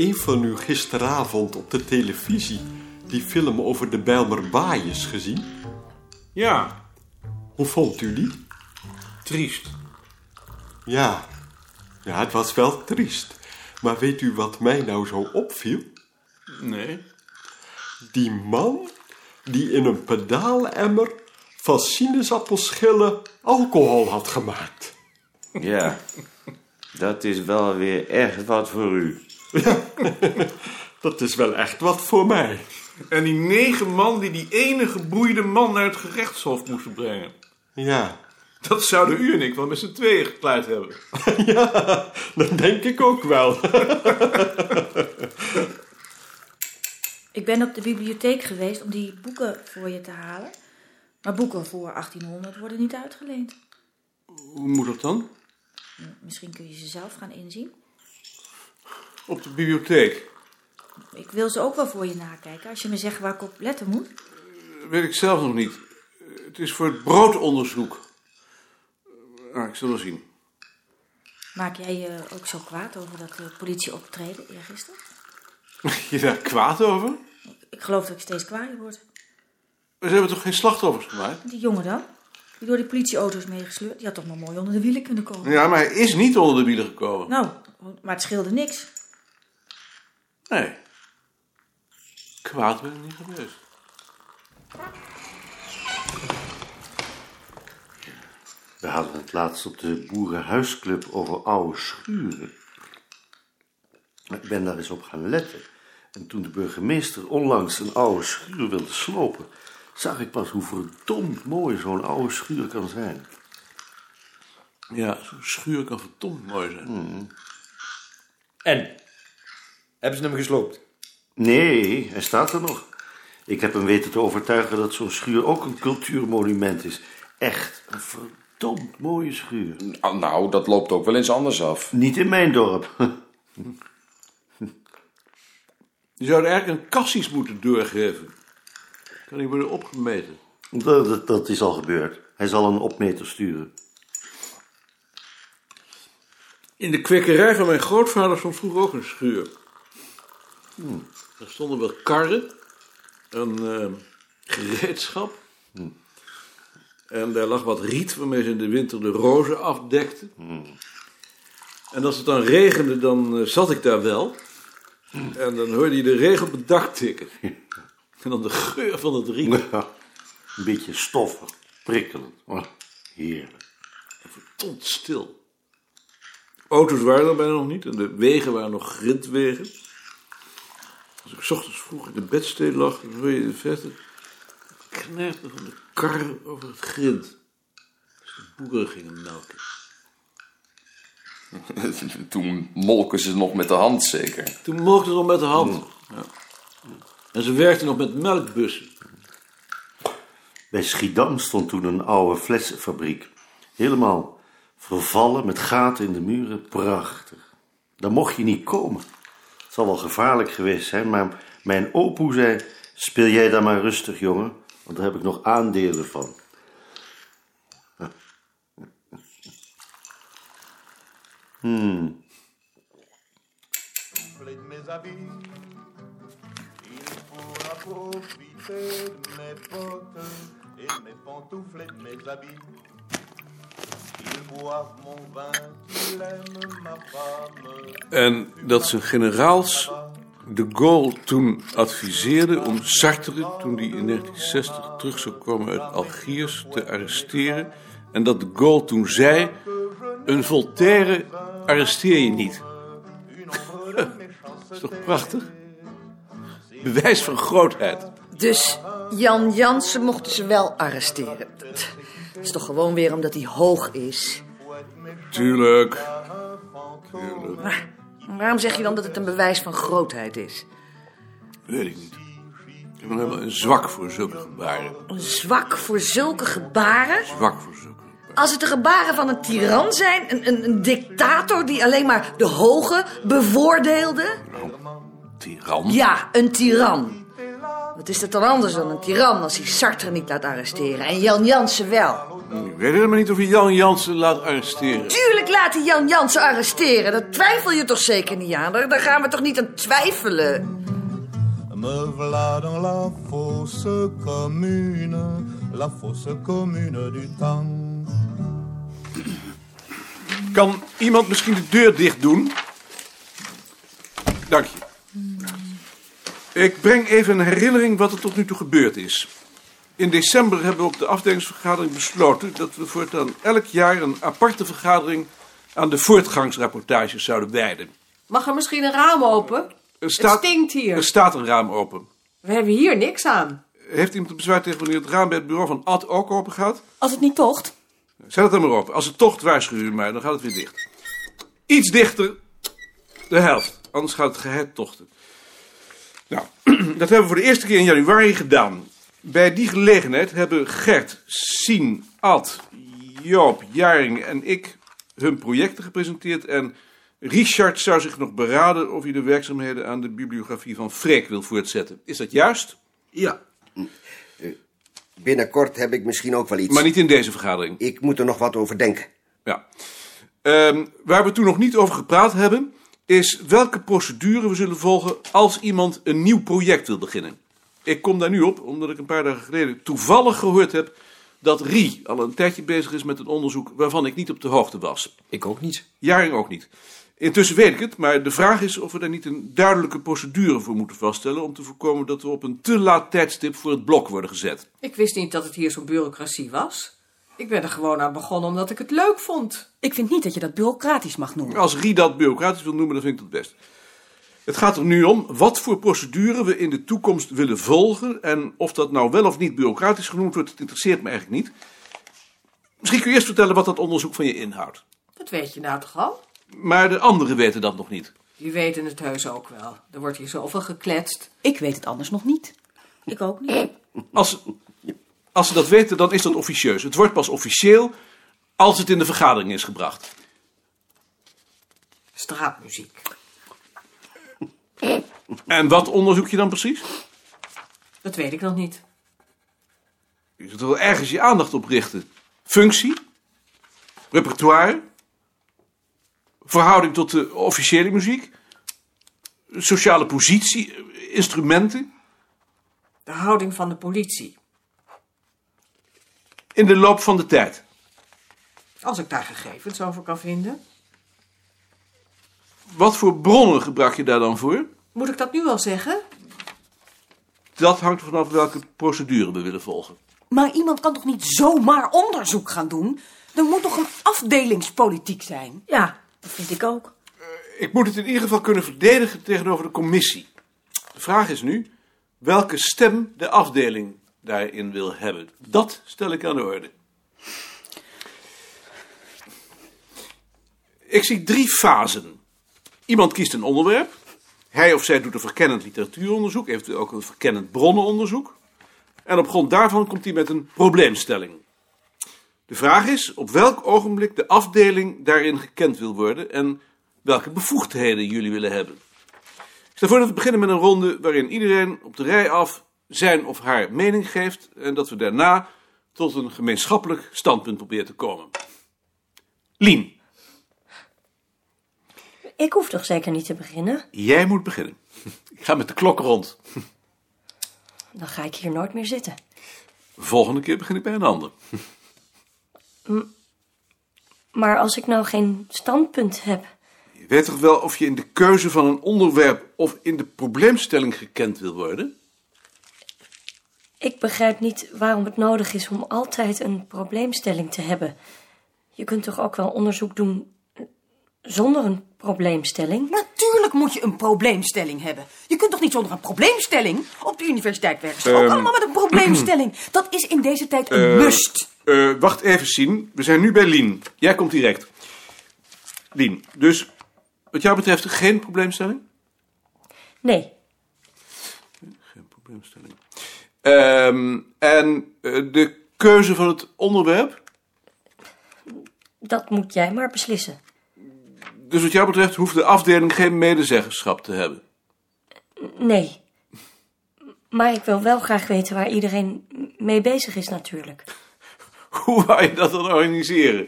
een van u gisteravond op de televisie die film over de Bijlmerbaaiers gezien? Ja. Hoe vond u die? Triest. Ja, het was wel triest. Maar weet u wat mij nou zo opviel? Nee. Die man die in een pedaalemmer van sinaasappelschillen alcohol had gemaakt. Ja, dat is wel weer echt wat voor u. Ja, dat is wel echt wat voor mij. En die 9 man die ene geboeide man naar het gerechtshof moesten brengen. Ja. Dat zouden u en ik wel met z'n tweeën gepleit hebben. Ja, dat denk ik ook wel. Ik ben op de bibliotheek geweest om die boeken voor je te halen. Maar boeken voor 1800 worden niet uitgeleend. Hoe moet dat dan? Misschien kun je ze zelf gaan inzien. Op de bibliotheek. Ik wil ze ook wel voor je nakijken, als je me zegt waar ik op letten moet. Weet ik zelf nog niet. Het is voor het broodonderzoek. Ik zal wel zien. Maak jij je ook zo kwaad over dat politieoptreden eergisteren? Je daar kwaad over? Ik geloof dat ik steeds kwaaier word. Ze hebben toch geen slachtoffers gemaakt? Die jongen dan? Die door die politieauto is meegesleurd, die had toch maar mooi onder de wielen kunnen komen. Ja, maar hij is niet onder de wielen gekomen. Nou, maar het scheelde niks. Nee. Kwaad ben ik niet geweest. We hadden het laatst op de Boerenhuisclub over oude schuren. Ik ben daar eens op gaan letten. En toen de burgemeester onlangs een oude schuur wilde slopen, zag ik pas hoe verdomd mooi zo'n oude schuur kan zijn. Ja, zo'n schuur kan verdomd mooi zijn. En? Hebben ze hem gesloopt? Nee, hij staat er nog. Ik heb hem weten te overtuigen dat zo'n schuur ook een cultuurmonument is. Echt een verdomd mooie schuur. Nou, dat loopt ook wel eens anders af. Niet in mijn dorp. Je zou eigenlijk een cassis moeten doorgeven. Kan die worden opgemeten? Dat is al gebeurd. Hij zal een opmeter sturen. In de kwekerij van mijn grootvader stond vroeger ook een schuur. Er stonden wel karren, een gereedschap. En daar lag wat riet waarmee ze in de winter de rozen afdekten. En als het dan regende, dan zat ik daar wel. En dan hoorde je de regen op het dak tikken. En dan de geur van het riet. Ja, een beetje stoffig, prikkelend. Oh, heerlijk. En verdomd stil. Auto's waren er bijna nog niet en de wegen waren nog grindwegen. Als ik 's ochtends vroeg in de bedstee lag, dan hoorde je in de verte knerpen van de karren over het grind. Als de boeren gingen melken. Toen molken ze nog met de hand, zeker. Toen molkten ze nog met de hand. Ja. En ze werkten nog met melkbussen. Bij Schiedam stond toen een oude flessenfabriek. Helemaal vervallen met gaten in de muren. Prachtig. Daar mocht je niet komen. Het zal wel gevaarlijk geweest zijn, maar mijn opoe zei: speel jij daar maar rustig, jongen, want daar heb ik nog aandelen van. En dat zijn generaals de Gaulle toen adviseerden om Sartre, toen die in 1960 terug zou komen uit Algiers, te arresteren. En dat de Gaulle toen zei: een Voltaire arresteer je niet. Dat is toch prachtig? Bewijs van grootheid. Dus Jan Jansen mochten ze wel arresteren. Dat is toch gewoon weer omdat hij hoog is? Tuurlijk. Maar waarom zeg je dan dat het een bewijs van grootheid is? Weet ik niet. Ik heb helemaal een zwak voor zulke gebaren. Een zwak voor zulke gebaren? Zwak voor zulke gebaren. Als het de gebaren van een tiran zijn, een dictator die alleen maar de hoge bevoordeelde? Tiran? Ja, een tiran. Wat is dat dan anders dan een tiran als hij Sartre niet laat arresteren en Jan Jansen wel? Ik weet helemaal niet of je Jan Jansen laat arresteren. Tuurlijk laat hij Jan Jansen arresteren. Daar twijfel je toch zeker niet aan? Daar gaan we toch niet aan twijfelen? Me voilà dans la fosse commune du temps. Kan iemand misschien de deur dicht doen? Dank je. Ik breng even een herinnering wat er tot nu toe gebeurd is. In december hebben we op de afdelingsvergadering besloten dat we voortaan elk jaar een aparte vergadering aan de voortgangsrapportages zouden wijden. Mag er misschien een raam open? Het stinkt hier. Er staat een raam open. We hebben hier niks aan. Heeft iemand een bezwaar tegen wanneer het raam bij het bureau van Ad ook open gaat? Als het niet tocht. Zet het dan maar open. Als het tocht, waarschuw u mij, dan gaat het weer dicht. Iets dichter. De helft. Anders gaat het geheid tochten. Nou, dat hebben we voor de eerste keer in januari gedaan. Bij die gelegenheid hebben Gert, Sien, Ad, Joop, Jaring en ik hun projecten gepresenteerd. En Richard zou zich nog beraden of hij de werkzaamheden aan de bibliografie van Freek wil voortzetten. Is dat juist? Ja. Binnenkort heb ik misschien ook wel iets. Maar niet in deze vergadering. Ik moet er nog wat over denken. Ja. Waar we toen nog niet over gepraat hebben, is welke procedure we zullen volgen als iemand een nieuw project wil beginnen. Ik kom daar nu op, omdat ik een paar dagen geleden toevallig gehoord heb dat Rie al een tijdje bezig is met een onderzoek waarvan ik niet op de hoogte was. Ik ook niet. Jaring ook niet. Intussen weet ik het, maar de vraag is of we daar niet een duidelijke procedure voor moeten vaststellen om te voorkomen dat we op een te laat tijdstip voor het blok worden gezet. Ik wist niet dat het hier zo'n bureaucratie was. Ik ben er gewoon aan begonnen omdat ik het leuk vond. Ik vind niet dat je dat bureaucratisch mag noemen. Als Rie dat bureaucratisch wil noemen, dan vind ik dat best. Het gaat er nu om wat voor procedure we in de toekomst willen volgen en of dat nou wel of niet bureaucratisch genoemd wordt, dat interesseert me eigenlijk niet. Misschien kun je eerst vertellen wat dat onderzoek van je inhoudt. Dat weet je nou toch al? Maar de anderen weten dat nog niet. Die weten het heus ook wel. Er wordt hier zoveel gekletst. Ik weet het anders nog niet. Ik ook niet. Als ze dat weten, dan is dat officieus. Het wordt pas officieel als het in de vergadering is gebracht. Straatmuziek. En wat onderzoek je dan precies? Dat weet ik nog niet. Je zult er wel ergens je aandacht op richten. Functie? Repertoire? Verhouding tot de officiële muziek? Sociale positie? Instrumenten? De houding van de politie. In de loop van de tijd. Als ik daar gegevens over kan vinden. Wat voor bronnen gebruik je daar dan voor? Moet ik dat nu al zeggen? Dat hangt er vanaf welke procedure we willen volgen. Maar iemand kan toch niet zomaar onderzoek gaan doen? Er moet toch een afdelingspolitiek zijn? Ja, dat vind ik ook. Ik moet het in ieder geval kunnen verdedigen tegenover de commissie. De vraag is nu welke stem de afdeling daarin wil hebben. Dat stel ik aan de orde. Ik zie 3 fasen. Iemand kiest een onderwerp. Hij of zij doet een verkennend literatuuronderzoek, eventueel ook een verkennend bronnenonderzoek. En op grond daarvan komt hij met een probleemstelling. De vraag is op welk ogenblik de afdeling daarin gekend wil worden en welke bevoegdheden jullie willen hebben. Ik stel voor dat we beginnen met een ronde waarin iedereen op de rij af zijn of haar mening geeft en dat we daarna tot een gemeenschappelijk standpunt proberen te komen. Lien. Ik hoef toch zeker niet te beginnen? Jij moet beginnen. Ik ga met de klok rond. Dan ga ik hier nooit meer zitten. Volgende keer begin ik bij een ander. Maar als ik nou geen standpunt heb... Je weet toch wel of je in de keuze van een onderwerp of in de probleemstelling gekend wil worden? Ik begrijp niet waarom het nodig is om altijd een probleemstelling te hebben. Je kunt toch ook wel onderzoek doen zonder een probleemstelling? Natuurlijk moet je een probleemstelling hebben. Je kunt toch niet zonder een probleemstelling? Op de universiteit werken ze ook allemaal met een probleemstelling. Dat is in deze tijd een must. Wacht even, Sien. We zijn nu bij Lien. Jij komt direct. Lien, dus wat jou betreft geen probleemstelling? Nee. Geen probleemstelling. En de keuze van het onderwerp? Dat moet jij maar beslissen. Dus wat jou betreft hoeft de afdeling geen medezeggenschap te hebben? Nee. Maar ik wil wel graag weten waar iedereen mee bezig is natuurlijk. Hoe wou je dat dan organiseren?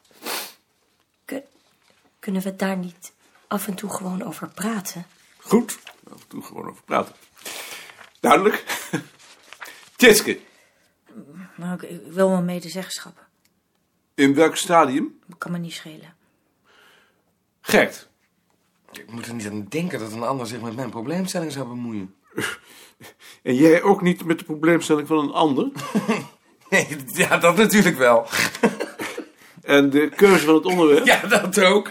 Kunnen we daar niet af en toe gewoon over praten? Goed, af en toe gewoon over praten. Duidelijk. Tjitske. Maar ik wil wel medezeggenschap. In welk stadium? Dat kan me niet schelen. Gert. Ik moet er niet aan denken dat een ander zich met mijn probleemstelling zou bemoeien. En jij ook niet met de probleemstelling van een ander? Nee, ja, dat natuurlijk wel. En de keuze van het onderwerp? Ja, dat ook.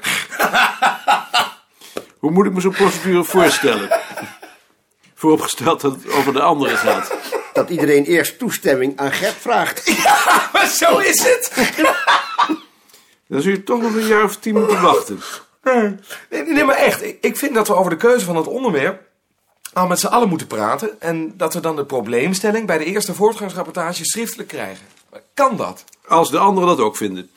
Hoe moet ik me zo'n procedure voorstellen? Vooropgesteld dat het over de anderen gaat. Dat iedereen eerst toestemming aan Gert vraagt. Ja, maar zo is het. Dan zul je toch nog een jaar of 10 moeten wachten. Nee, maar echt. Ik vind dat we over de keuze van het onderwerp al met z'n allen moeten praten. En dat we dan de probleemstelling bij de eerste voortgangsrapportage schriftelijk krijgen. Kan dat? Als de anderen dat ook vinden.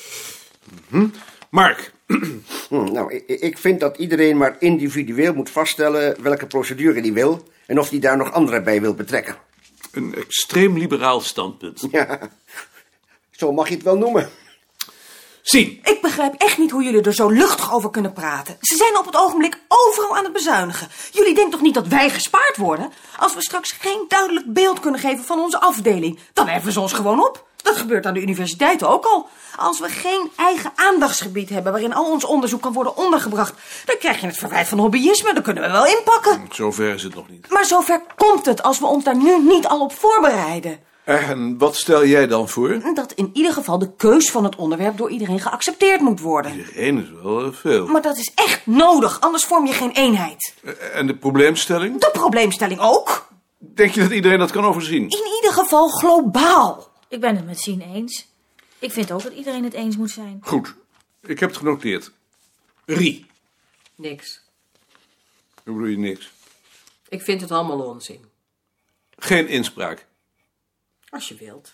Mark. Nou, ik vind dat iedereen maar individueel moet vaststellen welke procedure hij wil. En of hij daar nog anderen bij wil betrekken. Een extreem liberaal standpunt. Ja, zo mag je het wel noemen. Sien. Ik begrijp echt niet hoe jullie er zo luchtig over kunnen praten. Ze zijn op het ogenblik overal aan het bezuinigen. Jullie denken toch niet dat wij gespaard worden? Als we straks geen duidelijk beeld kunnen geven van onze afdeling, dan heffen ze ons gewoon op. Dat gebeurt aan de universiteiten ook al. Als we geen eigen aandachtsgebied hebben waarin al ons onderzoek kan worden ondergebracht, dan krijg je het verwijt van hobbyisme. Dat kunnen we wel inpakken. Zover is het nog niet. Maar zover komt het als we ons daar nu niet al op voorbereiden. En wat stel jij dan voor? Dat in ieder geval de keus van het onderwerp door iedereen geaccepteerd moet worden. Iedereen is wel veel. Maar dat is echt nodig, anders vorm je geen eenheid. En de probleemstelling? De probleemstelling ook. Denk je dat iedereen dat kan overzien? In ieder geval globaal. Ik ben het met Sien eens. Ik vind ook dat iedereen het eens moet zijn. Goed, ik heb het genoteerd. Rie. Niks. Hoe bedoel je niks? Ik vind het allemaal onzin. Geen inspraak. Als je wilt.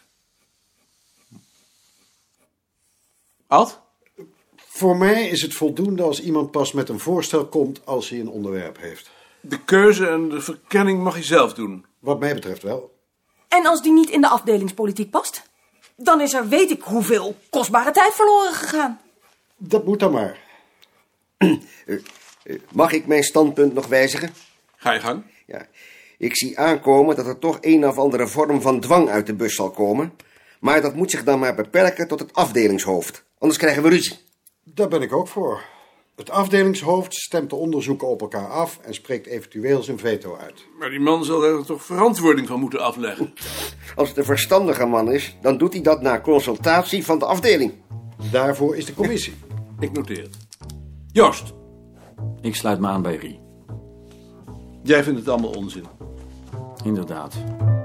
Ad? Voor mij is het voldoende als iemand pas met een voorstel komt als hij een onderwerp heeft. De keuze en de verkenning mag je zelf doen. Wat mij betreft wel. En als die niet in de afdelingspolitiek past? Dan is er weet ik hoeveel kostbare tijd verloren gegaan. Dat moet dan maar. Mag ik mijn standpunt nog wijzigen? Ga je gang. Ja. Ik zie aankomen dat er toch een of andere vorm van dwang uit de bus zal komen. Maar dat moet zich dan maar beperken tot het afdelingshoofd. Anders krijgen we ruzie. Daar ben ik ook voor. Het afdelingshoofd stemt de onderzoeken op elkaar af en spreekt eventueel zijn veto uit. Maar die man zal er toch verantwoording van moeten afleggen. Als het een verstandige man is, dan doet hij dat na consultatie van de afdeling. Daarvoor is de commissie. Ik noteer het. Joost. Ik sluit me aan bij Rie. Jij vindt het allemaal onzin. Inderdaad.